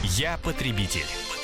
Я потребитель.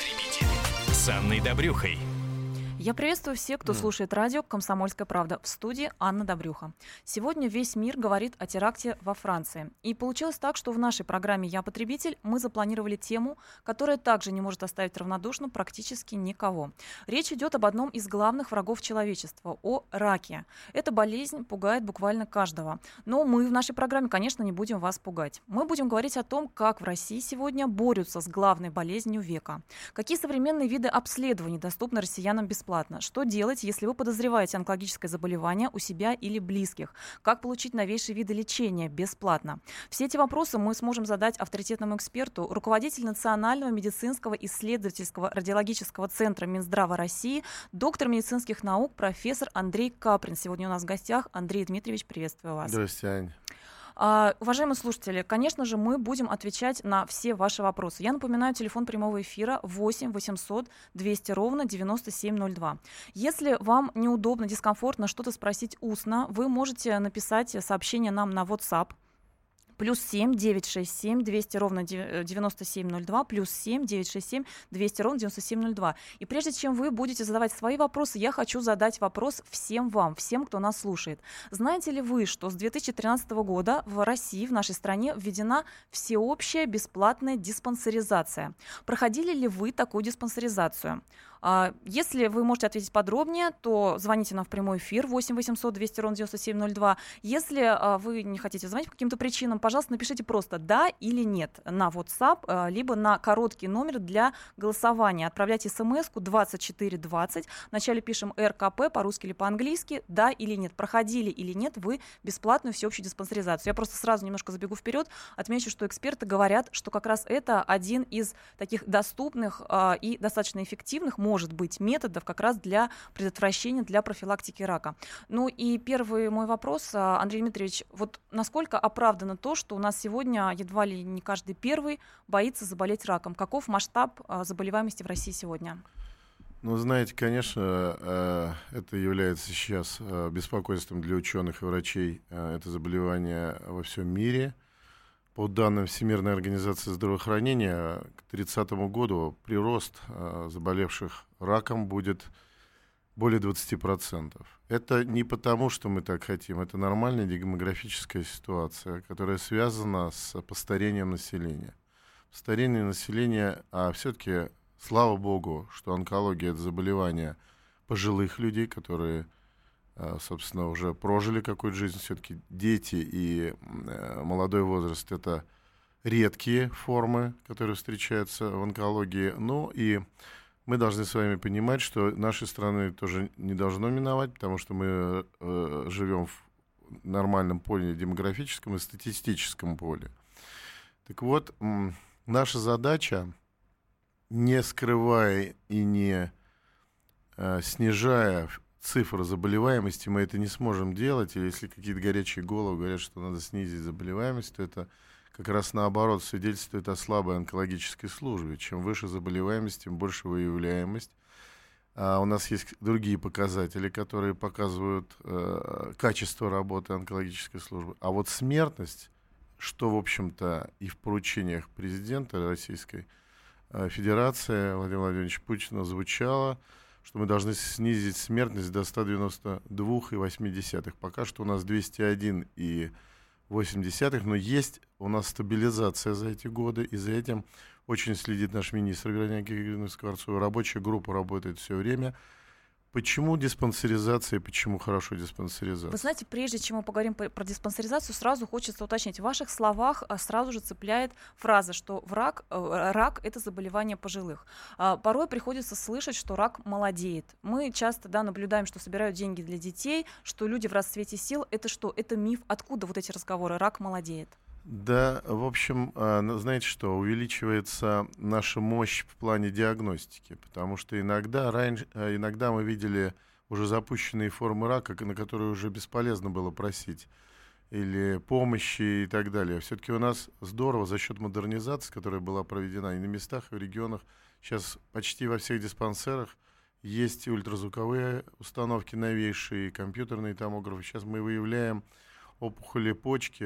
С Анной Добрюхой. Я приветствую всех, кто слушает радио «Комсомольская правда». В студии Анна Добрюха. Сегодня весь мир говорит о теракте во Франции. И получилось так, что в нашей программе «Я потребитель» мы запланировали тему, которая также не может оставить равнодушным практически никого. Речь идет об одном из главных врагов человечества – о раке. Эта болезнь пугает буквально каждого. Но мы в нашей программе, конечно, не будем вас пугать. Мы будем говорить о том, как в России сегодня борются с главной болезнью века. Какие современные виды обследований доступны россиянам бесплатно? Что делать, если вы подозреваете онкологическое заболевание у себя или близких? Как получить новейшие виды лечения бесплатно? Все эти вопросы мы сможем задать авторитетному эксперту, руководитель Национального медицинского исследовательского радиологического центра Минздрава России, доктор медицинских наук, профессор Андрей Каприн. Сегодня у нас в гостях. Андрей Дмитриевич, приветствую вас. Здравствуйте, Ань. Уважаемые слушатели, конечно же, мы будем отвечать на все ваши вопросы. Я напоминаю, телефон прямого эфира 8 800 200 ровно 9702. Если вам неудобно, дискомфортно что-то спросить устно, вы можете написать сообщение нам на WhatsApp. +7 967 200 ровно 9702, +7 967 200 ровно 9702. И прежде чем вы будете задавать свои вопросы, я хочу задать вопрос всем вам, всем, кто нас слушает. Знаете ли вы, что с 2013 года в России, в нашей стране, введена всеобщая бесплатная диспансеризация? Проходили ли вы такую диспансеризацию? Если вы можете ответить подробнее, то звоните нам в прямой эфир 8 800 200 ровно 9702. Если вы не хотите звонить по каким-то причинам, пожалуйста, напишите просто «да» или «нет» на WhatsApp, либо на короткий номер для голосования. Отправляйте смс-ку 2420. Вначале пишем РКП по-русски или по-английски, «да» или «нет». Проходили или нет вы бесплатную всеобщую диспансеризацию. Я просто сразу немножко забегу вперед, отмечу, что эксперты говорят, что как раз это один из таких доступных и достаточно эффективных, может быть, методов как раз для предотвращения, для профилактики рака. Ну и первый мой вопрос, Андрей Дмитриевич, вот насколько оправдано то, что у нас сегодня едва ли не каждый первый боится заболеть раком? Каков масштаб заболеваемости в России сегодня? Ну, знаете, конечно, это является сейчас беспокойством для ученых и врачей. Это заболевание во всем мире. По данным Всемирной организации здравоохранения, к 2030 году прирост заболевших раком будет более 20%. Это не потому, что мы так хотим, это нормальная демографическая ситуация, которая связана с постарением населения. Старение населения, а все-таки, слава богу, что онкология — это заболевание пожилых людей, которые, собственно, уже прожили какую-то жизнь. Все-таки дети и молодой возраст — это редкие формы, которые встречаются в онкологии. Ну и мы должны с вами понимать, что нашей страны тоже не должно миновать, потому что мы живем в нормальном поле демографическом и статистическом поле. Так вот, наша задача, не скрывая и не снижая цифры заболеваемости, мы это не сможем делать. Или если какие-то горячие головы говорят, что надо снизить заболеваемость, то это как раз наоборот свидетельствует о слабой онкологической службе. Чем выше заболеваемость, тем больше выявляемость. У нас есть другие показатели, которые показывают качество работы онкологической службы. А вот смертность, что, в общем-то, и в поручениях президента Российской Федерации Владимира Владимировича Путина звучало, что мы должны снизить смертность до 192,8. Пока что у нас 201,8, но есть у нас стабилизация за эти годы, и за этим очень следит наш министр Вероника Георгиевна Скворцова. Рабочая группа работает все время. Почему диспансеризация и почему хорошо диспансеризация? Вы знаете, прежде чем мы поговорим про диспансеризацию, сразу хочется уточнить. В ваших словах сразу же цепляет фраза, что рак – это заболевание пожилых. Порой приходится слышать, что рак молодеет. Мы часто наблюдаем, что собирают деньги для детей, что люди в расцвете сил. Это что? Это миф? Откуда вот эти разговоры? Рак молодеет. Да, в общем, знаете что, увеличивается наша мощь в плане диагностики, потому что иногда мы видели уже запущенные формы рака, на которые уже бесполезно было просить или помощи и так далее. Все-таки у нас здорово за счет модернизации, которая была проведена и на местах, и в регионах, сейчас почти во всех диспансерах есть и ультразвуковые установки новейшие, и компьютерные томографы. Сейчас мы выявляем опухоли почки,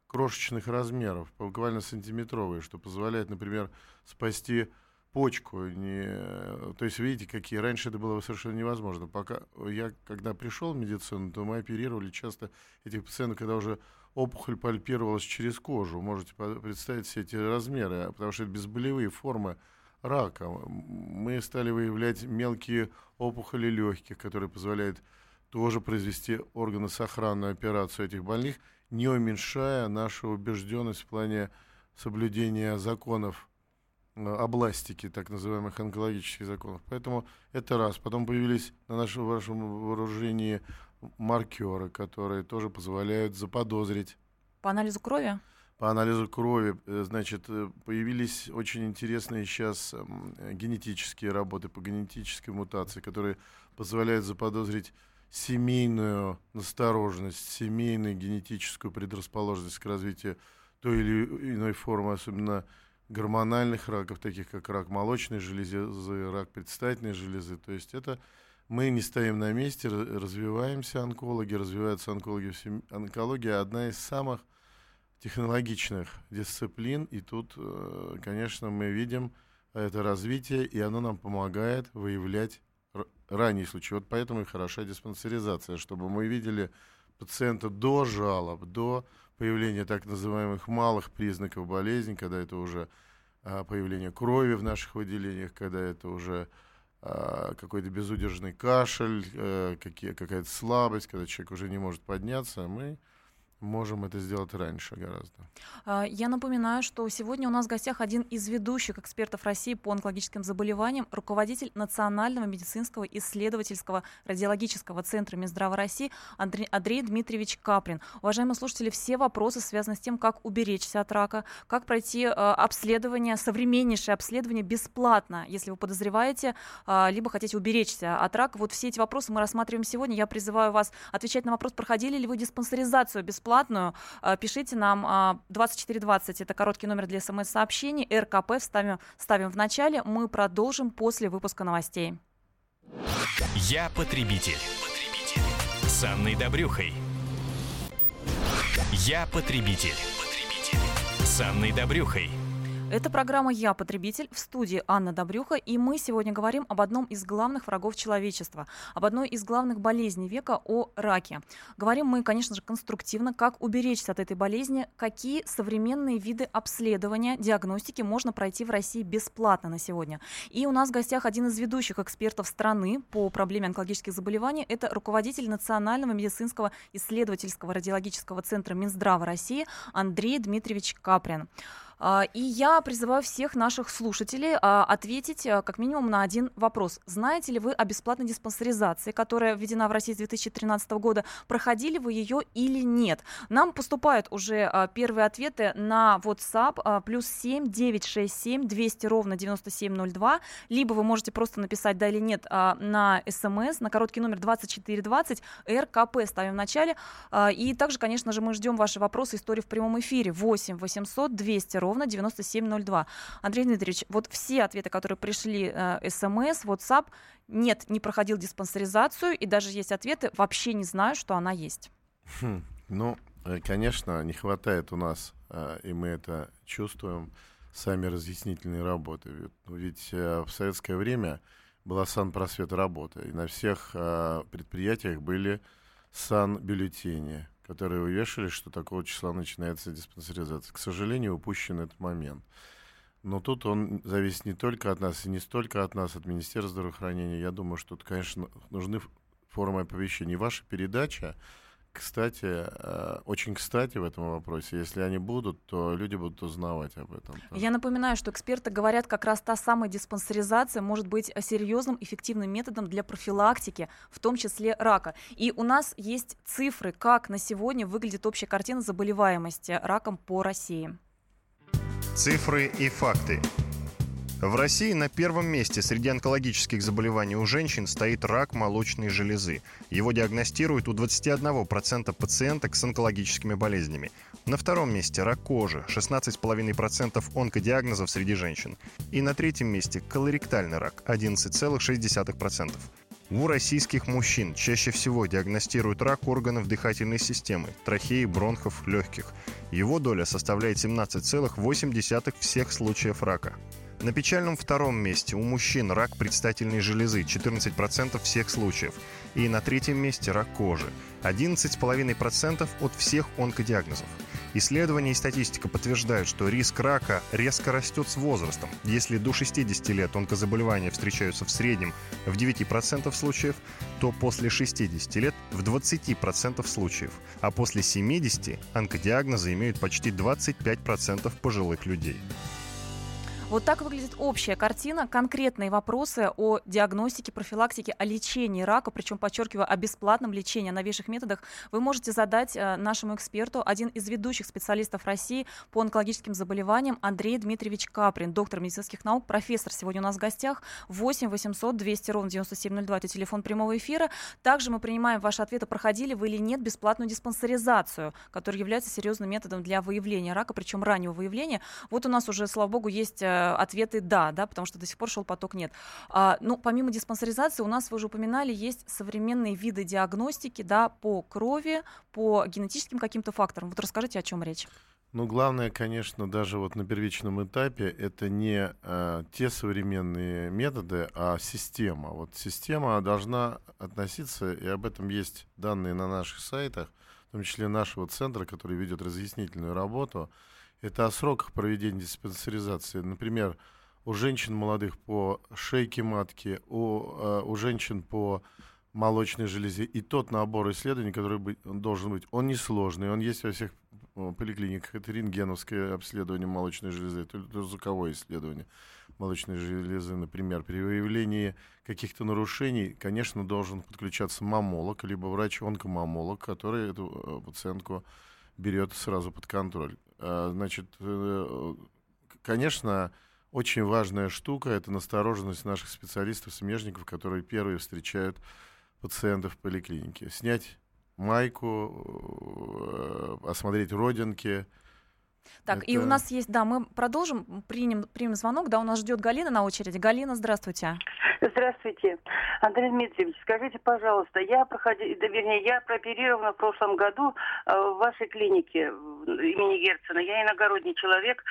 крошечных размеров, буквально сантиметровые, что позволяет, например, спасти почку. То есть, видите, какие раньше это было совершенно невозможно. Когда пришел в медицину, то мы оперировали часто этих пациентов, когда уже опухоль пальпировалась через кожу. Можете представить себе эти размеры, потому что это безболевые формы рака. Мы стали выявлять мелкие опухоли легких, которые позволяют тоже произвести органосохранную операцию этих больных, не уменьшая нашу убежденность в плане соблюдения законов областики, так называемых онкологических законов. Поэтому это раз. Потом появились на вашем вооружении маркеры, которые тоже позволяют заподозрить. По анализу крови? По анализу крови, значит, появились очень интересные сейчас генетические работы по генетической мутации, которые позволяют заподозрить семейную настороженность, семейную генетическую предрасположенность к развитию той или иной формы, особенно гормональных раков, таких как рак молочной железы, рак предстательной железы. То есть мы не стоим на месте, развиваются онкологи. Онкология одна из самых технологичных дисциплин, и тут, конечно, мы видим это развитие, и оно нам помогает выявлять ранние случаи. Вот поэтому и хороша диспансеризация, чтобы мы видели пациента до жалоб, до появления так называемых малых признаков болезни, когда это уже появление крови в наших выделениях, когда это уже какой-то безудержный кашель, какая-то слабость, когда человек уже не может подняться, мы можем это сделать раньше гораздо. Я напоминаю, что сегодня у нас в гостях один из ведущих экспертов России по онкологическим заболеваниям, руководитель Национального медицинского исследовательского радиологического центра Минздрава России Андрей Дмитриевич Каприн. Уважаемые слушатели, все вопросы связаны с тем, как уберечься от рака, как пройти обследование, современнейшее обследование бесплатно, если вы подозреваете, либо хотите уберечься от рака. Вот все эти вопросы мы рассматриваем сегодня. Я призываю вас отвечать на вопрос, проходили ли вы диспансеризацию бесплатно. Пишите нам 2420, это короткий номер для смс-сообщений, РКП ставим в начале, мы продолжим после выпуска новостей. Я потребитель. С Анной Добрюхой. Я потребитель. С Анной Добрюхой. Это программа «Я потребитель», в студии Анна Добрюха, и мы сегодня говорим об одном из главных врагов человечества, об одной из главных болезней века, о раке. Говорим мы, конечно же, конструктивно, как уберечься от этой болезни, какие современные виды обследования, диагностики можно пройти в России бесплатно на сегодня. И у нас в гостях один из ведущих экспертов страны по проблеме онкологических заболеваний, это руководитель Национального медицинского исследовательского радиологического центра Минздрава России Андрей Дмитриевич Каприн. И я призываю всех наших слушателей ответить как минимум на один вопрос. Знаете ли вы о бесплатной диспансеризации, которая введена в России с 2013 года? Проходили вы ее или нет? Нам поступают уже первые ответы на WhatsApp +7 967 200 9702. Либо вы можете просто написать «да» или «нет» на СМС, на короткий номер 2420, РКП ставим в начале. И также, конечно же, мы ждем ваши вопросы, истории в прямом эфире 8 800 200 9702. Андрей Дмитриевич, вот все ответы, которые пришли, СМС, WhatsApp, нет, не проходил диспансеризацию, и даже есть ответы, вообще не знаю, что она есть. Ну, конечно, не хватает у нас, и мы это чувствуем, сами разъяснительные работы. Ведь в советское время была санпросветработа, и на всех предприятиях были санбюллетени, которые вывешивали, что такого числа начинается диспансеризация. К сожалению, упущен этот момент. Но тут он зависит не только от нас, и не столько от нас, от Министерства здравоохранения. Я думаю, что тут, конечно, нужны формы оповещения. Ваша передача, кстати, очень кстати в этом вопросе. Если они будут, то люди будут узнавать об этом. Я напоминаю, что эксперты говорят, как раз та самая диспансеризация может быть серьезным, эффективным методом для профилактики, в том числе рака. И у нас есть цифры, как на сегодня выглядит общая картина заболеваемости раком по России. Цифры и факты. В России на первом месте среди онкологических заболеваний у женщин стоит рак молочной железы. Его диагностируют у 21% пациенток с онкологическими болезнями. На втором месте рак кожи, 16,5% онкодиагнозов среди женщин. И на третьем месте колоректальный рак, 11,6%. У российских мужчин чаще всего диагностируют рак органов дыхательной системы, трахеи, бронхов, легких. Его доля составляет 17,8% всех случаев рака. На печальном втором месте у мужчин рак предстательной железы, 14% всех случаев. И на третьем месте рак кожи, 11,5% от всех онкодиагнозов. Исследования и статистика подтверждают, что риск рака резко растет с возрастом. Если до 60 лет онкозаболевания встречаются в среднем в 9% случаев, то после 60 лет в 20% случаев. А после 70 онкодиагнозы имеют почти 25% пожилых людей. Вот так выглядит общая картина. Конкретные вопросы о диагностике, профилактике, о лечении рака, причем, подчеркиваю, о бесплатном лечении, о новейших методах, вы можете задать нашему эксперту, один из ведущих специалистов России по онкологическим заболеваниям, Андрей Дмитриевич Каприн, доктор медицинских наук, профессор. Сегодня у нас в гостях. 8 800 200 ровно 9702, это телефон прямого эфира. Также мы принимаем ваши ответы, проходили вы или нет бесплатную диспансеризацию, которая является серьезным методом для выявления рака, причем раннего выявления. Вот у нас уже, слава богу, есть ответы да, потому что до сих пор шел поток нет. Ну, помимо диспансеризации, у нас, вы уже упоминали, есть современные виды диагностики, да, по крови, по генетическим каким-то факторам. Вот расскажите, о чем речь. Ну, главное, конечно, даже вот на первичном этапе это не те современные методы, а система. Вот система должна относиться, и об этом есть данные на наших сайтах, в том числе нашего центра, который ведет разъяснительную работу. Это о сроках проведения диспансеризации. Например, у женщин молодых по шейке матки, у женщин по молочной железе. И тот набор исследований, который он должен быть, он несложный, он есть во всех поликлиниках. Это рентгеновское обследование молочной железы, это звуковое исследование молочной железы, например. При выявлении каких-то нарушений, конечно, должен подключаться маммолог, либо врач-онкомаммолог, который эту пациентку берет сразу под контроль. Значит, конечно, очень важная штука — это настороженность наших специалистов-смежников, которые первые встречают пациентов в поликлинике. Снять майку, осмотреть родинки. Так, и у нас есть, да, мы продолжим, примем звонок, да, у нас ждет Галина на очереди. Галина, здравствуйте. Здравствуйте. Андрей Дмитриевич, скажите, пожалуйста, я прооперирована в прошлом году в вашей клинике имени Герцена. Я иногородний человек,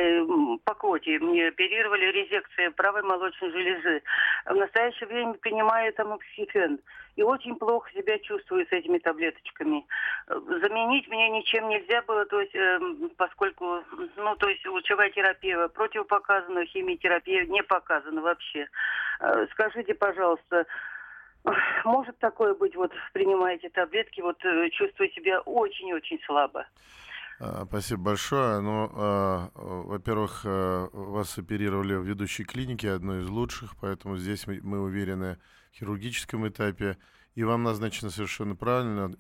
по квоте. Мне оперировали резекцию правой молочной железы. В настоящее время принимаю тамоксифен. И очень плохо себя чувствую с этими таблеточками. Заменить мне ничем нельзя было, то есть, поскольку, лучевая терапия противопоказана, химиотерапия не показана вообще. Скажите, пожалуйста, может такое быть, вот принимаете таблетки, вот чувствую себя очень-очень слабо? Спасибо большое. Во-первых, вас оперировали в ведущей клинике, одной из лучших, поэтому здесь мы уверены в хирургическом этапе. И вам назначено совершенно правильно.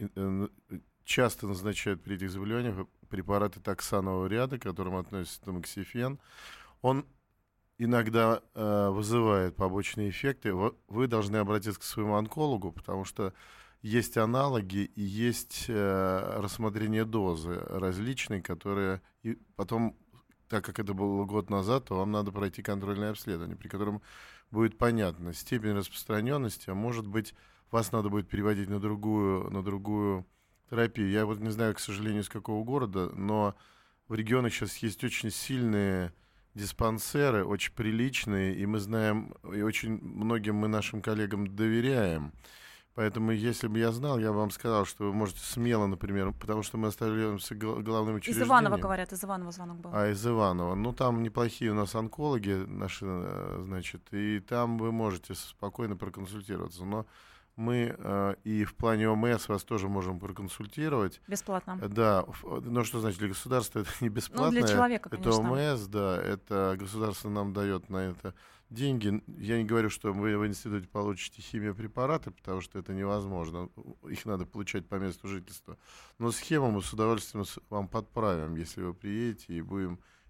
Часто назначают при этих заболеваниях препараты токсанового ряда, к которым относится тамоксифен. Он иногда вызывает побочные эффекты. Вы должны обратиться к своему онкологу, потому что есть аналоги и есть рассмотрение дозы различной, которые... И потом, так как это было год назад, то вам надо пройти контрольное обследование, при котором будет понятна степень распространенности, а может быть, вас надо будет переводить на другую терапию. Я вот не знаю, к сожалению, из какого города, но в регионах сейчас есть очень сильные диспансеры, очень приличные, и мы знаем, и очень многим мы нашим коллегам доверяем. Поэтому, если бы я знал, я бы вам сказал, что вы можете смело, например, потому что мы оставляемся главным учреждением. Из Иванова, говорят, из Иванова звонок был. Из Иванова. Ну, там неплохие у нас онкологи наши, значит, и там вы можете спокойно проконсультироваться. Но мы и в плане ОМС вас тоже можем проконсультировать. Бесплатно. Да. Но что значит, для государства это не бесплатно. Ну, для человека, это конечно. ОМС, да, это государство нам дает на это деньги. Я не говорю, что вы в институте получите химиопрепараты, потому что это невозможно. Их надо получать по месту жительства. Но схему мы с удовольствием вам подправим, если вы приедете, и будем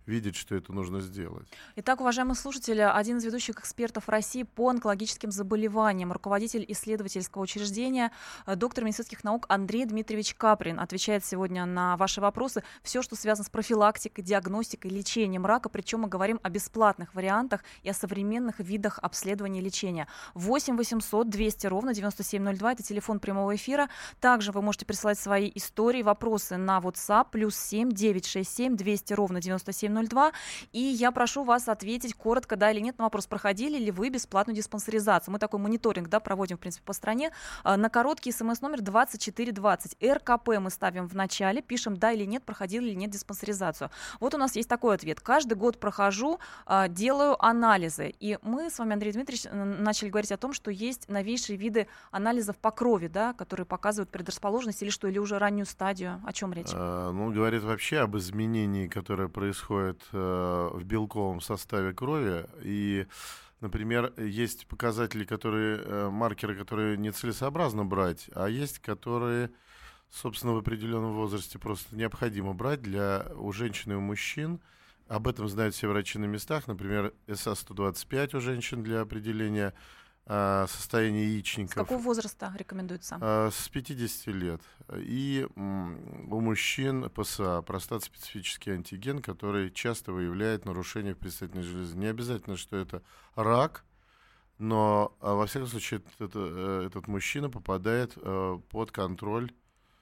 видит, что это нужно сделать. Итак, уважаемые слушатели, один из ведущих экспертов России по онкологическим заболеваниям, руководитель исследовательского учреждения, доктор медицинских наук Андрей Дмитриевич Каприн отвечает сегодня на ваши вопросы. Все, что связано с профилактикой, диагностикой, лечением рака, причем мы говорим о бесплатных вариантах и о современных видах обследования и лечения. 8 800 200 ровно 9702, это телефон прямого эфира. Также вы можете присылать свои истории, вопросы на WhatsApp, +7 967 200 ровно 9702. И я прошу вас ответить коротко, да или нет, на вопрос, проходили ли вы бесплатную диспансеризацию. Мы такой мониторинг, да, проводим, в принципе, по стране. На короткий смс-номер 2420. РКП мы ставим в начале, пишем да или нет, проходил или нет диспансеризацию. Вот у нас есть такой ответ. Каждый год прохожу, делаю анализы. И мы с вами, Андрей Дмитриевич, начали говорить о том, что есть новейшие виды анализов по крови, да, которые показывают предрасположенность или что, или уже раннюю стадию. О чем речь? Говорит вообще об изменении, которое происходит в белковом составе крови. И, например, есть показатели, маркеры, которые нецелесообразно брать, а есть, которые, собственно, в определенном возрасте просто необходимо брать у женщин и у мужчин. Об этом знают все врачи на местах. Например, СА-125 у женщин для определения состояния яичников. С какого возраста рекомендуется? С 50 лет. И у мужчин ПСА, простат-специфический антиген, который часто выявляет нарушение в предстательной железе. Не обязательно, что это рак, но во всяком случае этот мужчина попадает под контроль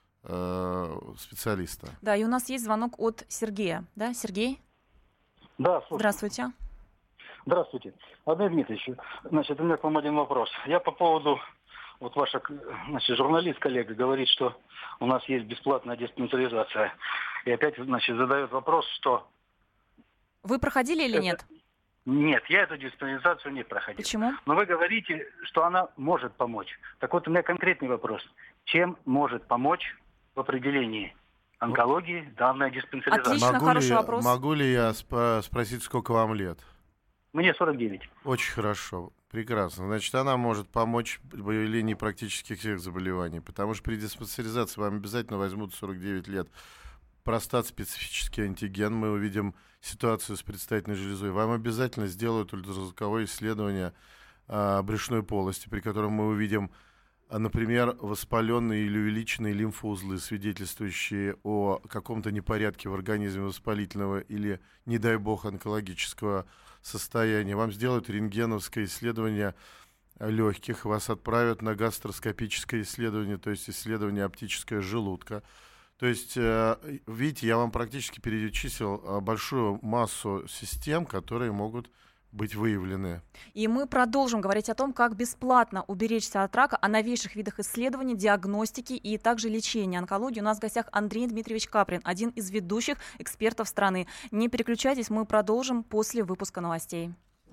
специалиста. Да, и у нас есть звонок от Сергея. Да, Сергей? Да, слушай. Здравствуйте. Здравствуйте. Андрей Дмитриевич, у меня к вам один вопрос. Я по поводу, ваша, журналист, коллега, говорит, что у нас есть бесплатная диспансеризация. И опять, задает вопрос, что... Вы проходили или нет? Нет, я эту диспансеризацию не проходил. Почему? Но вы говорите, что она может помочь. Так вот, у меня конкретный вопрос. Чем может помочь в определении онкологии данная диспансеризация? Отлично, хороший вопрос. Могу ли я спросить, сколько вам лет? Мне 49. Очень хорошо, прекрасно. Значит, она может помочь в выявлении практически всех заболеваний, потому что при диспансеризации вам обязательно возьмут 49 лет простат-специфический антиген, мы увидим ситуацию с предстательной железой. Вам обязательно сделают ультразвуковое исследование брюшной полости, при котором мы увидим, например, воспаленные или увеличенные лимфоузлы, свидетельствующие о каком-то непорядке в организме воспалительного или, не дай бог, онкологического состояния. Вам сделают рентгеновское исследование легких, вас отправят на гастроскопическое исследование, то есть исследование оптическое желудка. То есть, видите, я вам практически перечислил большую массу систем, которые могут быть выявлены. И мы продолжим говорить о том, как бесплатно уберечься от рака, о новейших видах исследований, диагностики и также лечения онкологии. У нас в гостях Андрей Дмитриевич Каприн, один из ведущих экспертов страны. Не переключайтесь, мы продолжим после выпуска новостей.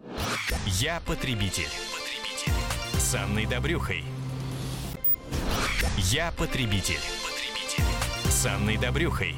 Я потребитель. С Анной Добрюхой. Я потребитель. С Анной Добрюхой.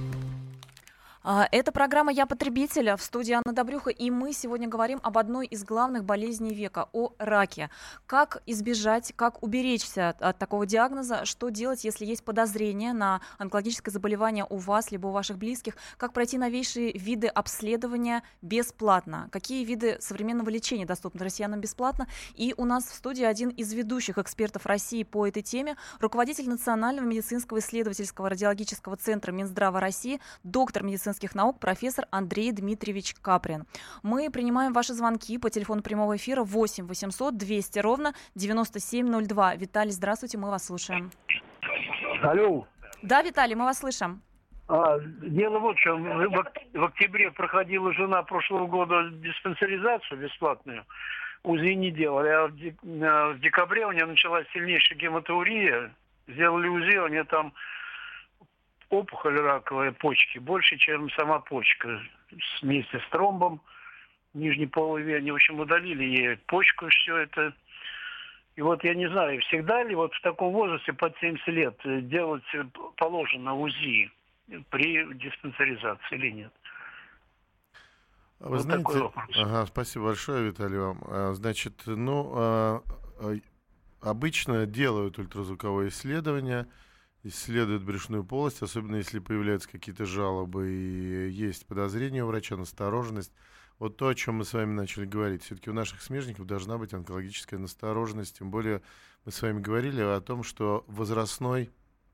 Это программа «Я потребитель», в студии Анна Добрюха, и мы сегодня говорим об одной из главных болезней века, о раке. Как избежать, как уберечься от такого диагноза, что делать, если есть подозрение на онкологическое заболевание у вас, либо у ваших близких, как пройти новейшие виды обследования бесплатно, какие виды современного лечения доступны россиянам бесплатно. И у нас в студии один из ведущих экспертов России по этой теме, руководитель Национального медицинского исследовательского радиологического центра Минздрава России, доктор медицинских наук, профессор Андрей Дмитриевич Каприн. Мы принимаем ваши звонки по телефону прямого эфира 8 800 200 ровно 9702. Виталий, здравствуйте, мы вас слушаем. Алло. Да, Виталий, мы вас слышим. Дело вот в чем. В октябре проходила жена прошлого года диспансеризацию бесплатную. УЗИ не делали. А в декабре у нее началась сильнейшая гематурия. Сделали УЗИ, у нее там опухоль раковой почки больше, чем сама почка. Вместе с тромбом нижней полой вены. В общем, удалили ей почку, все это. И вот я не знаю, всегда ли вот в таком возрасте под 70 лет делать положено УЗИ при диспансеризации или нет? Вы вот знаете, спасибо большое, Виталий, вам. Значит, обычно делают ультразвуковое исследование, исследует брюшную полость, особенно если появляются какие-то жалобы и есть подозрения у врача, настороженность. Вот то, о чем мы с вами начали говорить. Все-таки у наших смежников должна быть онкологическая настороженность. Тем более мы с вами говорили о том, что возрастной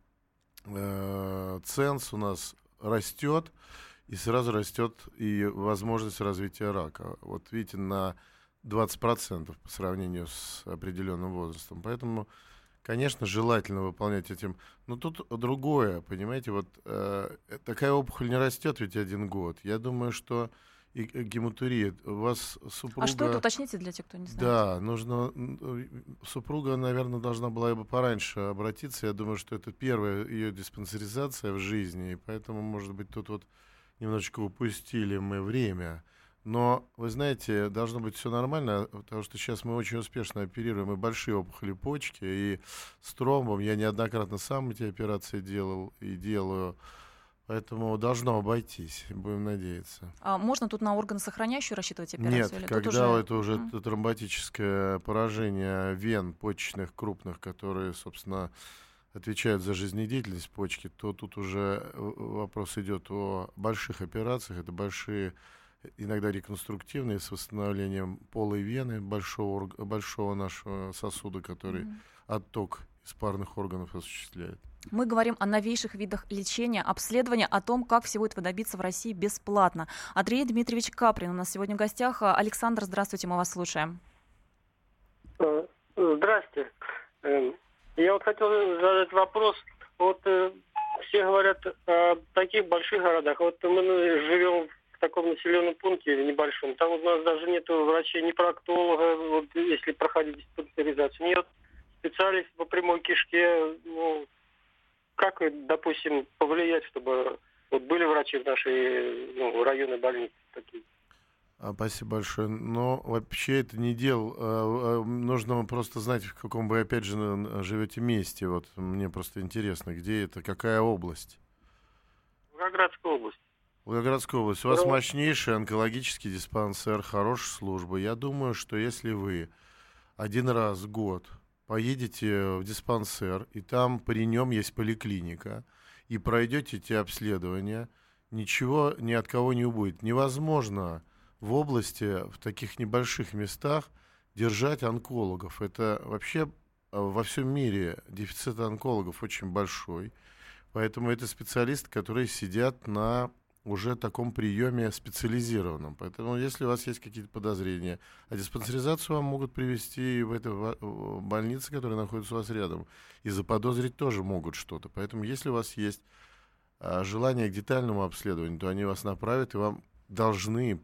ценз у нас растет, и сразу растет и возможность развития рака. Вот видите, на 20% по сравнению с определенным возрастом. Поэтому, конечно, желательно выполнять этим. Но тут другое, понимаете, вот такая опухоль не растет ведь 1 год. Я думаю, что и гематурия. У вас супруга... А что это, уточните для тех, кто не знает? Да, нужно... Супруга, наверное, должна была бы пораньше обратиться. Я думаю, что это первая ее диспансеризация в жизни, и поэтому, может быть, тут вот немножечко упустили мы время. Но, вы знаете, должно быть все нормально, потому что сейчас мы очень успешно оперируем и большие опухоли почки, и с тромбом. Я неоднократно сам эти операции делал и делаю. Поэтому должно обойтись, будем надеяться. А можно тут на органосохраняющую рассчитывать операцию? Нет, или когда это уже тромботическое поражение вен почечных крупных, которые, собственно, отвечают за жизнедеятельность почки, то тут уже вопрос идет о больших операциях. Это большие, иногда реконструктивные, с восстановлением полой вены, большого нашего сосуда, который отток из парных органов осуществляет. Мы говорим о новейших видах лечения, обследования, о том, как всего этого добиться в России бесплатно. Андрей Дмитриевич Каприн у нас сегодня в гостях. Александр, здравствуйте, мы вас слушаем. Здрасте. Я вот хотел задать вопрос. Вот все говорят о таких больших городах. Вот мы живем в таком населенном пункте небольшом. Там у нас даже нет врачей, ни проктолога, вот, если проходить диспансеризацию. Нет специалистов по прямой кишке. Ну, как, допустим, повлиять, чтобы вот были врачи в нашей районной больнице такие? Спасибо большое. Но вообще это не дело. Нужно просто знать, в каком вы, опять же, живете месте. Вот мне просто интересно, где это, какая область? Волгоградская область. Волгоградская область. У вас мощнейший онкологический диспансер, хорошая служба. Я думаю, что если вы 1 раз в год поедете в диспансер, и там при нем есть поликлиника, и пройдете эти обследования, ничего ни от кого не убудет. Невозможно в области, в таких небольших местах держать онкологов. Это вообще во всем мире дефицит онкологов очень большой. Поэтому это специалисты, которые сидят на уже таком приеме специализированном. Поэтому если у вас есть какие-то подозрения, а диспансеризацию вам могут привести в эту больницу, которая находится у вас рядом, и заподозрить тоже могут что-то. Поэтому если у вас есть желание к детальному обследованию, то они вас направят, и вам должны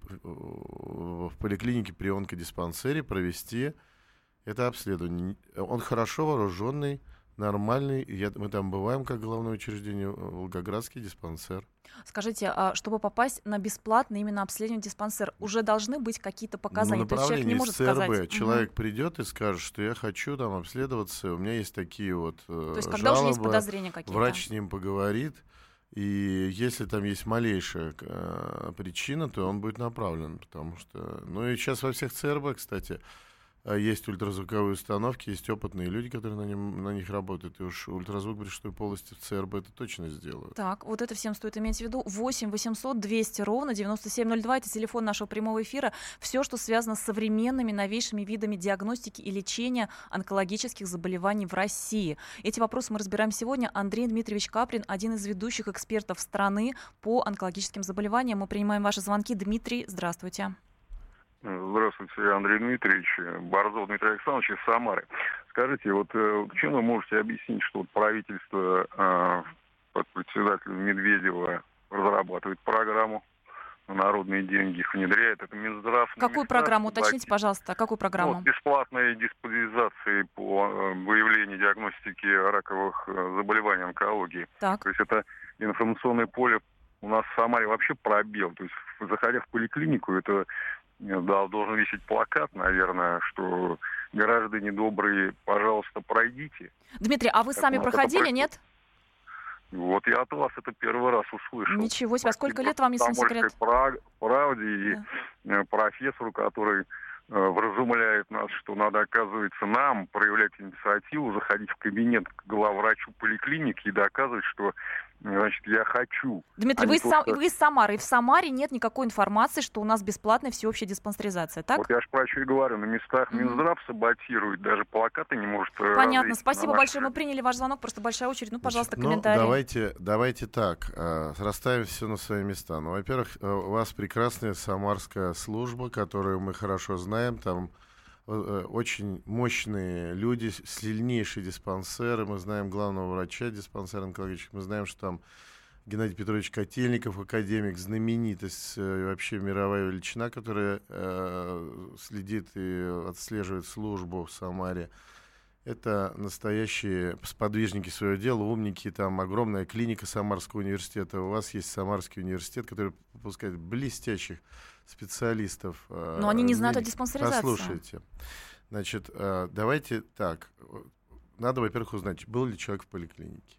в поликлинике при онкодиспансере провести это обследование. Он хорошо вооруженный, нормальный. Мы там бываем, как главное учреждение, Волгоградский диспансер. Скажите, а чтобы попасть на бесплатное именно обследование в диспансер, уже должны быть какие-то показания? То есть человек не может сказать. Человек придет и скажет, что я хочу там обследоваться, у меня есть такие вот То есть жалобы, когда уже есть подозрения какие-то? Врач с ним поговорит, и если там есть малейшая причина, то он будет направлен, потому что... Ну и сейчас во всех ЦРБ, кстати, есть ультразвуковые установки, есть опытные люди, которые на них работают, и уж ультразвук брюшной полости в ЦРБ это точно сделают. Так, вот это всем стоит иметь в виду. 8 800 200 ровно 9702, это телефон нашего прямого эфира. Все, что связано с современными, новейшими видами диагностики и лечения онкологических заболеваний в России. Эти вопросы мы разбираем сегодня. Андрей Дмитриевич Каприн, один из ведущих экспертов страны по онкологическим заболеваниям. Мы принимаем ваши звонки. Дмитрий, здравствуйте. Здравствуйте, Андрей Дмитриевич. Борзов Дмитрий Александрович из Самары. Скажите, вот чем вы можете объяснить, что правительство под председателем Медведева разрабатывает программу на народные деньги, их внедряет? Это Минздрав. Какую программу? Уточните, пожалуйста, какую программу? Вот, бесплатной диспансеризации по выявлению диагностики раковых заболеваний, онкологии. Так. То есть это информационное поле у нас в Самаре вообще пробел. То есть, заходя в поликлинику, это... Да, должен висеть плакат, наверное, что граждане добрые, пожалуйста, пройдите. Дмитрий, а вы сами проходили, нет? Вот я от вас это первый раз услышал. Ничего себе, а сколько лет вам, если не секрет? Правде и профессору, который вразумляет нас, что надо, оказывается, нам проявлять инициативу, заходить в кабинет к главврачу поликлиники и доказывать, что, значит, я хочу. Дмитрий, вы из Самары, и в Самаре нет никакой информации, что у нас бесплатная всеобщая диспансеризация, так? Вот я же про что и говорю, на местах Минздрав саботирует, даже плакаты не может Понятно, спасибо большое, мы приняли ваш звонок, просто большая очередь, пожалуйста, комментарий. Давайте так, расставим все на свои места. Ну, во-первых, у вас прекрасная самарская служба, которую мы хорошо знаем, там очень мощные люди, сильнейшие диспансеры. Мы знаем главного врача диспансера онкологического. Мы знаем, что там Геннадий Петрович Котельников, академик, знаменитость, вообще мировая величина, которая следит и отслеживает службу в Самаре. Это настоящие сподвижники своего дела, умники. Там огромная клиника Самарского университета. У вас есть Самарский университет, который выпускает блестящих специалистов. Но они не знают о диспансеризации. Послушайте. Значит, давайте так. Надо, во-первых, узнать, был ли человек в поликлинике.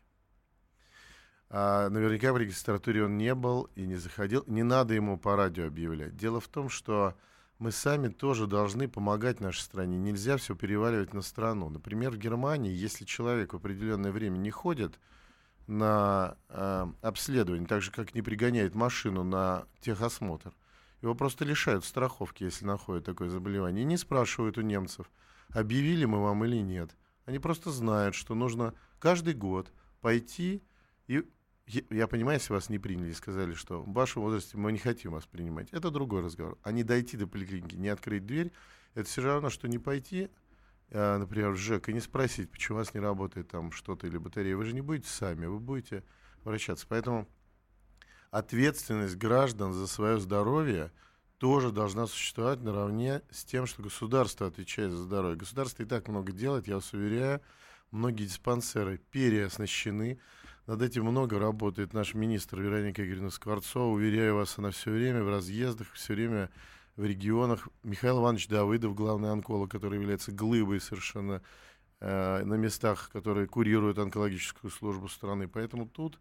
Наверняка в регистратуре он не был и не заходил. Не надо ему по радио объявлять. Дело в том, что мы сами тоже должны помогать нашей стране. Нельзя все переваливать на страну. Например, в Германии, если человек в определенное время не ходит на обследование, так же, как не пригоняет машину на техосмотр, его просто лишают страховки, если находят такое заболевание. И не спрашивают у немцев, объявили мы вам или нет. Они просто знают, что нужно каждый год пойти и... Я понимаю, если вас не приняли и сказали, что в вашем возрасте мы не хотим вас принимать. Это другой разговор. А не дойти до поликлиники, не открыть дверь, это все равно, что не пойти, например, в ЖЭК и не спросить, почему у вас не работает там что-то или батарея. Вы же не будете сами, вы будете вращаться. Поэтому ответственность граждан за свое здоровье тоже должна существовать наравне с тем, что государство отвечает за здоровье. Государство и так много делает, я вас уверяю. Многие диспансеры переоснащены. Над этим много работает наш министр Вероника Игоревна Скворцова. Уверяю вас, она все время в разъездах, все время в регионах. Михаил Иванович Давыдов, главный онколог, который является глыбой совершенно на местах, которые курируют онкологическую службу страны. Поэтому тут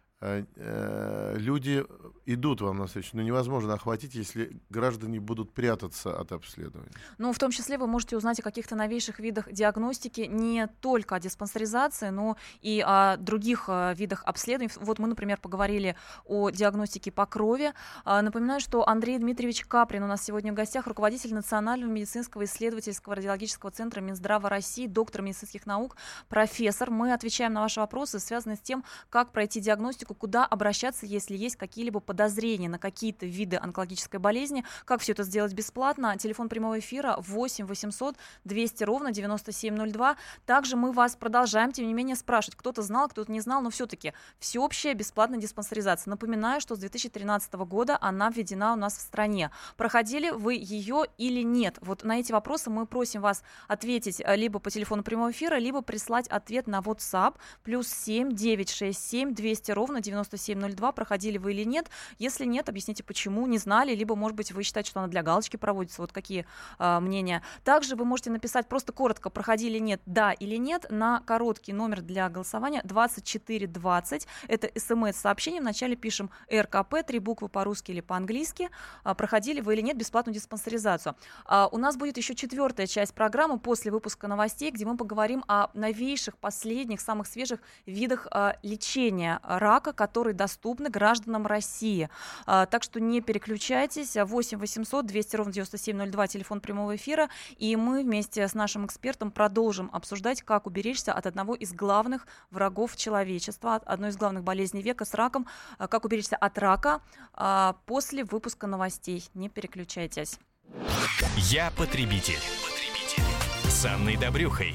люди идут вам навстречу, но невозможно охватить, если граждане будут прятаться от обследования. Ну, в том числе вы можете узнать о каких-то новейших видах диагностики, не только о диспансеризации, но и о других видах обследований. Вот мы, например, поговорили о диагностике по крови. Напоминаю, что Андрей Дмитриевич Каприн у нас сегодня в гостях, руководитель Национального медицинского исследовательского радиологического центра Минздрава России, доктор медицинских наук, профессор. Мы отвечаем на ваши вопросы, связанные с тем, как пройти диагностику, куда обращаться, если есть какие-либо подозрения на какие-то виды онкологической болезни, как все это сделать бесплатно. Телефон прямого эфира 8 800 200 ровно 9702. Также мы вас продолжаем, тем не менее, спрашивать. Кто-то знал, кто-то не знал, но все-таки всеобщая бесплатная диспансеризация. Напоминаю, что с 2013 года она введена у нас в стране. Проходили вы ее или нет? Вот на эти вопросы мы просим вас ответить либо по телефону прямого эфира, либо прислать ответ на WhatsApp +7 967 200 ровно 9702. Проходили вы или нет? Если нет, объясните, почему, не знали, либо, может быть, вы считаете, что она для галочки проводится. Вот какие мнения. Также вы можете написать просто коротко, проходили нет, да или нет, на короткий номер для голосования 2420. Это смс-сообщение. Вначале пишем РКП, 3 буквы по-русски или по-английски. Проходили вы или нет бесплатную диспансеризацию. У нас будет еще 4-я часть программы после выпуска новостей, где мы поговорим о новейших, последних, самых свежих видах лечения рака, которые доступны гражданам России. Так что не переключайтесь. 8 800 200 ровно 9702, телефон прямого эфира. И мы вместе с нашим экспертом продолжим обсуждать, как уберечься от одного из главных врагов человечества, от одной из главных болезней века с раком, как уберечься от рака после выпуска новостей. Не переключайтесь. Я потребитель. С Анной Добрюхой.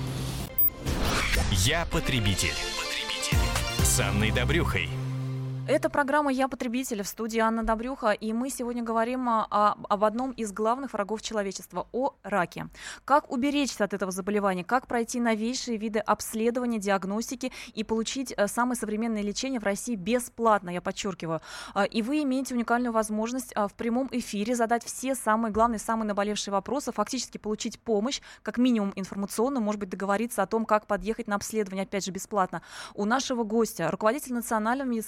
Я потребитель. С Анной Добрюхой. Это программа «Я потребитель», в студии Анна Добрюха, и мы сегодня говорим об одном из главных врагов человечества, о раке. Как уберечься от этого заболевания, как пройти новейшие виды обследования, диагностики и получить самое современное лечение в России бесплатно, я подчеркиваю. И вы имеете уникальную возможность в прямом эфире задать все самые главные, самые наболевшие вопросы, фактически получить помощь, как минимум информационную, может быть, договориться о том, как подъехать на обследование, опять же, бесплатно. У нашего гостя руководитель Национального медицинского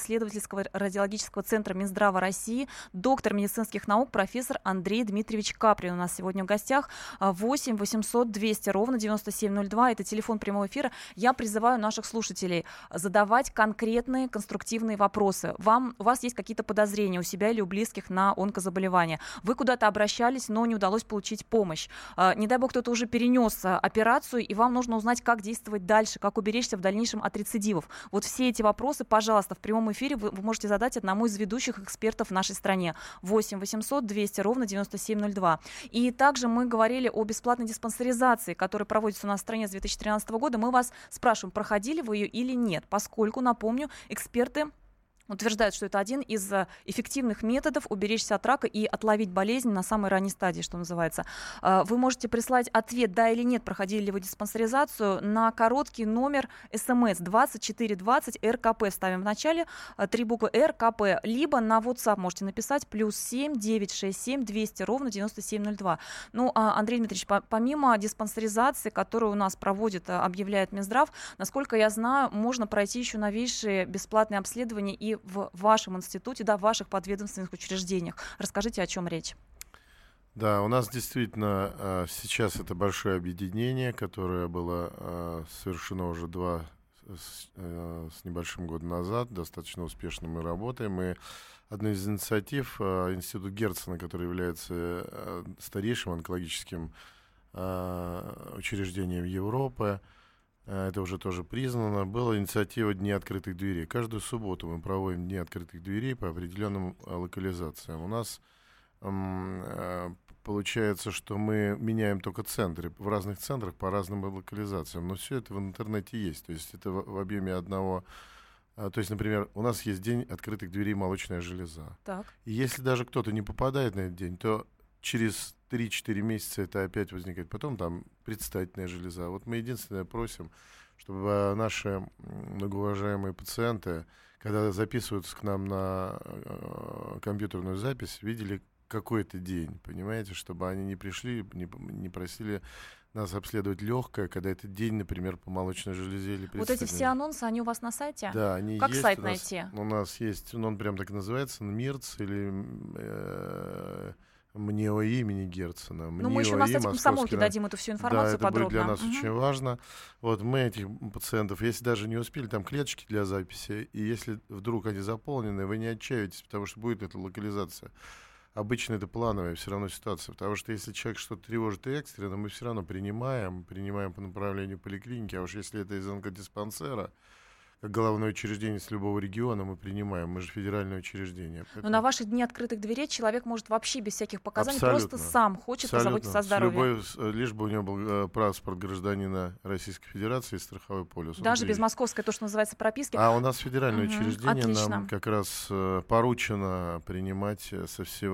научно-исследовательского радиологического центра Минздрава России, доктор медицинских наук, профессор Андрей Дмитриевич Каприн у нас сегодня в гостях. 8 800 200 ровно 9702. Это телефон прямого эфира. Я призываю наших слушателей задавать конкретные конструктивные вопросы. У вас есть какие-то подозрения у себя или у близких на онкозаболевание. Вы куда-то обращались, но не удалось получить помощь. Не дай бог, кто-то уже перенес операцию, и вам нужно узнать, как действовать дальше, как уберечься в дальнейшем от рецидивов. Вот все эти вопросы, пожалуйста, в прямом эфире вы можете задать одному из ведущих экспертов в нашей стране. 8 800 200 ровно 9702. И также мы говорили о бесплатной диспансеризации, которая проводится у нас в стране с 2013 года. Мы вас спрашиваем, проходили вы ее или нет, поскольку, напомню, эксперты утверждают, что это один из эффективных методов уберечься от рака и отловить болезнь на самой ранней стадии, что называется. Вы можете прислать ответ, да или нет, проходили ли вы диспансеризацию, на короткий номер СМС 2420 РКП. Ставим в начале 3 буквы РКП. Либо на WhatsApp можете написать +7 967 200 ровно 9702. Ну, Андрей Дмитриевич, помимо диспансеризации, которую у нас проводит, объявляет Минздрав, насколько я знаю, можно пройти еще новейшие бесплатные обследования и в вашем институте, да, в ваших подведомственных учреждениях. Расскажите, о чем речь. Да, у нас действительно сейчас это большое объединение, которое было совершено уже 2 с небольшим года назад. Достаточно успешно мы работаем. И одной из инициатив Институт Герцена, который является старейшим онкологическим учреждением Европы, это уже тоже признано, была инициатива Дней открытых дверей. Каждую субботу мы проводим Дни открытых дверей по определенным локализациям. У нас получается, что мы меняем только центры. В разных центрах по разным локализациям. Но все это в интернете есть. То есть это в объеме одного... То есть, например, у нас есть День открытых дверей молочная железа. Так. И если даже кто-то не попадает на этот день, то через 3-4 месяца это опять возникает. Потом там предстательная железа. Вот мы единственное просим, чтобы наши многоуважаемые пациенты, когда записываются к нам на компьютерную запись, видели какой-то день, понимаете, чтобы они не пришли, не просили нас обследовать легкое, когда этот день, например, по молочной железе или предстательной. Вот эти все анонсы, они у вас на сайте? Да, они как есть. Сайт найти? У нас есть, он прям так называется, МИРЦ или МНИОИ имени Герцена. Ну, мы еще на сайте комсомолки дадим эту всю информацию подробно. Да, это будет для нас очень важно. Вот мы этих пациентов, если даже не успели, там клеточки для записи, и если вдруг они заполнены, вы не отчаивайтесь, потому что будет эта локализация. Обычно это плановая все равно ситуация, потому что если человек что-то тревожит и экстренно, мы все равно принимаем по направлению поликлиники, а уж если это из онкодиспансера, как главное учреждение с любого региона, мы принимаем, мы же федеральное учреждение. Но на ваши Дни открытых дверей человек может вообще без всяких показаний просто сам хочет позаботиться о здоровье. Лишь бы у него был паспорт гражданина Российской Федерации и страховой полис. Даже без московской, то, что называется, прописки. А у нас федеральное учреждение, отлично. Нам как раз поручено принимать со всей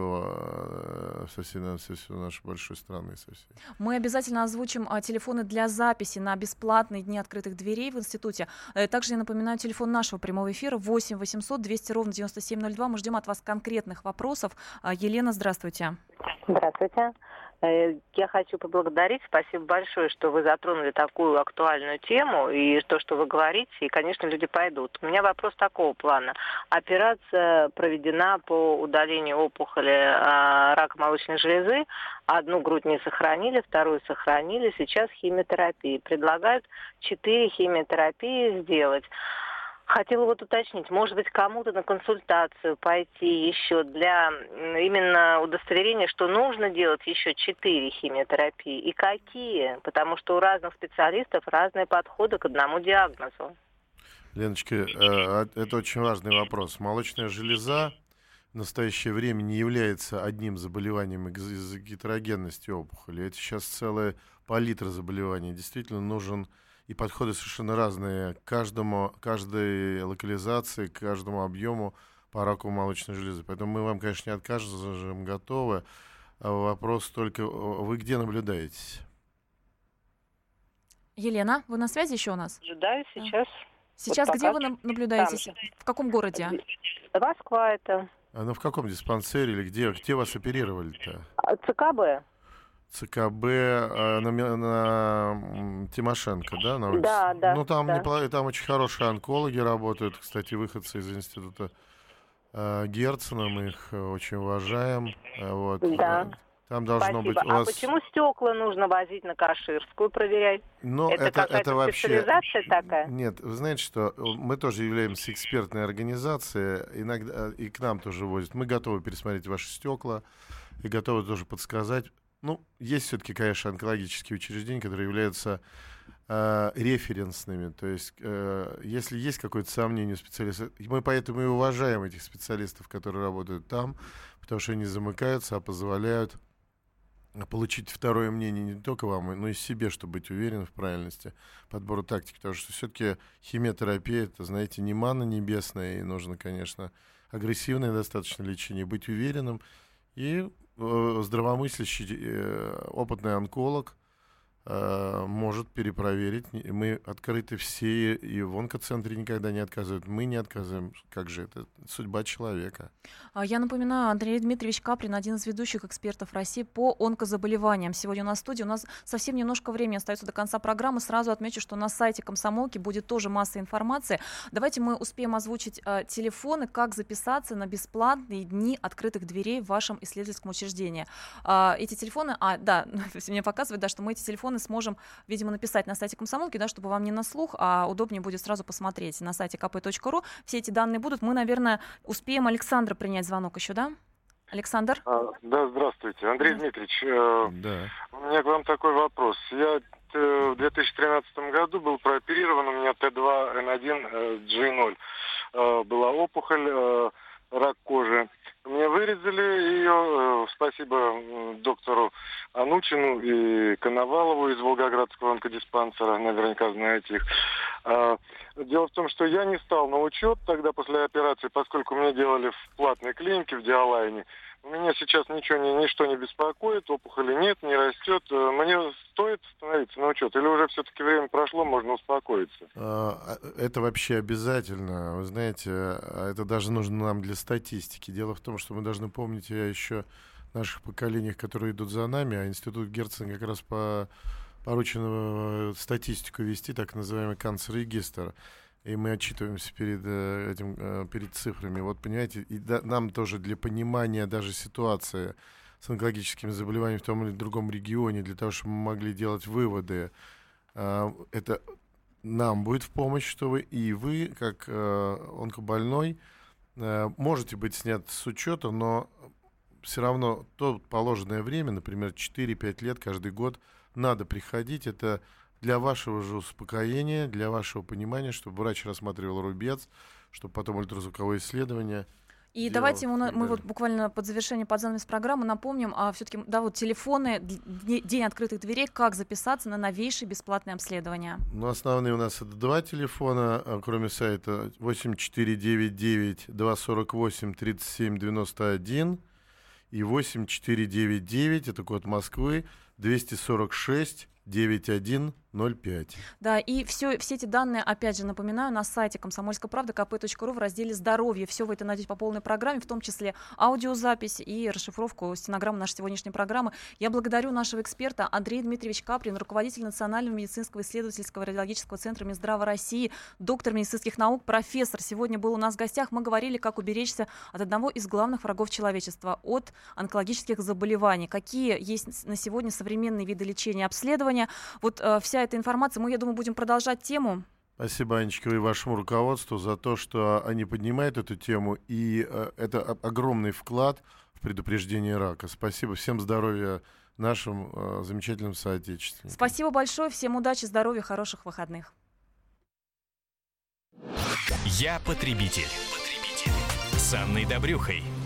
нашей большой страны. Мы обязательно озвучим телефоны для записи на бесплатные Дни открытых дверей в институте. Также я напоминаю телефон нашего прямого эфира 8 800 200 ровно 9702. Мы ждем от вас конкретных вопросов. Елена, здравствуйте. Здравствуйте. Я хочу поблагодарить. Спасибо большое, что вы затронули такую актуальную тему и то, что вы говорите. И, конечно, люди пойдут. У меня вопрос такого плана. Операция проведена по удалению опухоли рака молочной железы. Одну грудь не сохранили, вторую сохранили. Сейчас химиотерапия. Предлагают 4 химиотерапии сделать. Хотела вот уточнить, может быть, кому-то на консультацию пойти еще для именно удостоверения, что нужно делать еще 4 химиотерапии и какие, потому что у разных специалистов разные подходы к одному диагнозу. Леночка, это очень важный вопрос. Молочная железа в настоящее время не является одним заболеванием из-за гетерогенности опухоли. Это сейчас целая палитра заболеваний. Действительно нужен и подходы совершенно разные к каждой локализации, к каждому объему по раку молочной железы. Поэтому мы вам, конечно, не откажем, готовы. Вопрос только, вы где наблюдаетесь? Елена, вы на связи еще у нас? Наблюдаю сейчас. Сейчас вот где вы наблюдаетесь? Там. В каком городе? Москва это. В каком диспансере или где вас оперировали-то? ЦКБ. ЦКБ на Тимошенко, да? На улице? Да. Ну, там, да. там очень хорошие онкологи работают. Кстати, выходцы из института Герцена, мы их очень уважаем. Вот. Да. Там должно Спасибо. быть у вас... А почему стекла нужно возить на Каширскую проверять? Ну, это какая-то вообще... специализация такая? Нет, вы знаете, что мы тоже являемся экспертной организацией, иногда и к нам тоже возят. Мы готовы пересмотреть ваши стекла и готовы тоже подсказать. Ну, есть все-таки, конечно, онкологические учреждения, которые являются референсными. То есть, если есть какое-то сомнение у специалистов, мы поэтому и уважаем этих специалистов, которые работают там, потому что они замыкаются, а позволяют получить второе мнение не только вам, но и себе, чтобы быть уверенным в правильности подбора тактики. Потому что все-таки химиотерапия, это, знаете, не манна небесная, и нужно, конечно, агрессивное достаточно лечение, быть уверенным. И здравомыслящий опытный онколог может перепроверить. Мы открыты все, и в онкоцентре никогда не отказывают. Мы не отказываем. Как же это? Судьба человека. Я напоминаю, Андрей Дмитриевич Каприн, один из ведущих экспертов России по онкозаболеваниям. Сегодня у нас в студии. У нас совсем немножко времени остается до конца программы. Сразу отмечу, что на сайте Комсомолки будет тоже масса информации. Давайте мы успеем озвучить телефоны, как записаться на бесплатные дни открытых дверей в вашем исследовательском учреждении. Эти телефоны... мне показывают, что мы эти телефоны сможем, видимо, написать на сайте Комсомолки, чтобы вам не на слух, а удобнее будет сразу посмотреть на сайте kp.ru. Все эти данные будут. Мы, наверное, успеем Александра принять звонок еще, да? Александр? Да, здравствуйте. Андрей Дмитриевич, Да. у меня к вам такой вопрос. Я в 2013 году был прооперирован, у меня Т2Н1 G0. Была опухоль, рак кожи. Мне вырезали ее, спасибо доктору Анучину и Коновалову из Волгоградского онкодиспансера, наверняка знаете их. Дело в том, что я не стал на учет тогда после операции, поскольку мне делали в платной клинике в Диалайне. Меня сейчас ничто не беспокоит, опухоли нет, не растет. Мне стоит становиться на учет? Или уже все-таки время прошло, можно успокоиться? Это вообще обязательно. Вы знаете, это даже нужно нам для статистики. Дело в том, что мы должны помнить еще наших поколениях, которые идут за нами, а институт Герцена как раз поручено статистику вести, так называемый канцер-регистр. И мы отчитываемся перед цифрами. Вот понимаете, нам тоже для понимания даже ситуации с онкологическими заболеваниями в том или другом регионе, для того, чтобы мы могли делать выводы, это нам будет в помощь, что вы, как онкобольной, можете быть снят с учета, но все равно то положенное время, например, 4-5 лет каждый год, надо приходить. Это для вашего же успокоения, для вашего понимания, чтобы врач рассматривал рубец, чтобы потом ультразвуковое исследование. И давайте мы вот буквально под завершение, под занавес программы напомним, все-таки, телефоны, день открытых дверей, как записаться на новейшее бесплатное обследование. Основные у нас это 2 телефона, кроме сайта 8499-248-3791 и 8499, это код Москвы, 246-9105. Да, и все эти данные, опять же, напоминаю, на сайте Комсомольской правды kp.ru в разделе «Здоровье». Все вы это найдете по полной программе, в том числе аудиозапись и расшифровку стенограммы нашей сегодняшней программы. Я благодарю нашего эксперта Андрея Дмитриевич Каприн, руководитель Национального медицинского исследовательского радиологического центра Минздрава России, доктор медицинских наук, профессор. Сегодня был у нас в гостях. Мы говорили, как уберечься от одного из главных врагов человечества, от онкологических заболеваний. Какие есть на сегодня современные виды лечения и обследования. Вот вся эта информация, я думаю, будем продолжать тему. Спасибо, Анечка, и вашему руководству за то, что они поднимают эту тему, и это огромный вклад в предупреждение рака. Спасибо, всем здоровья нашим замечательным соотечественникам. Спасибо большое, всем удачи, здоровья, хороших выходных. Я потребитель. С Анной Добрюхой.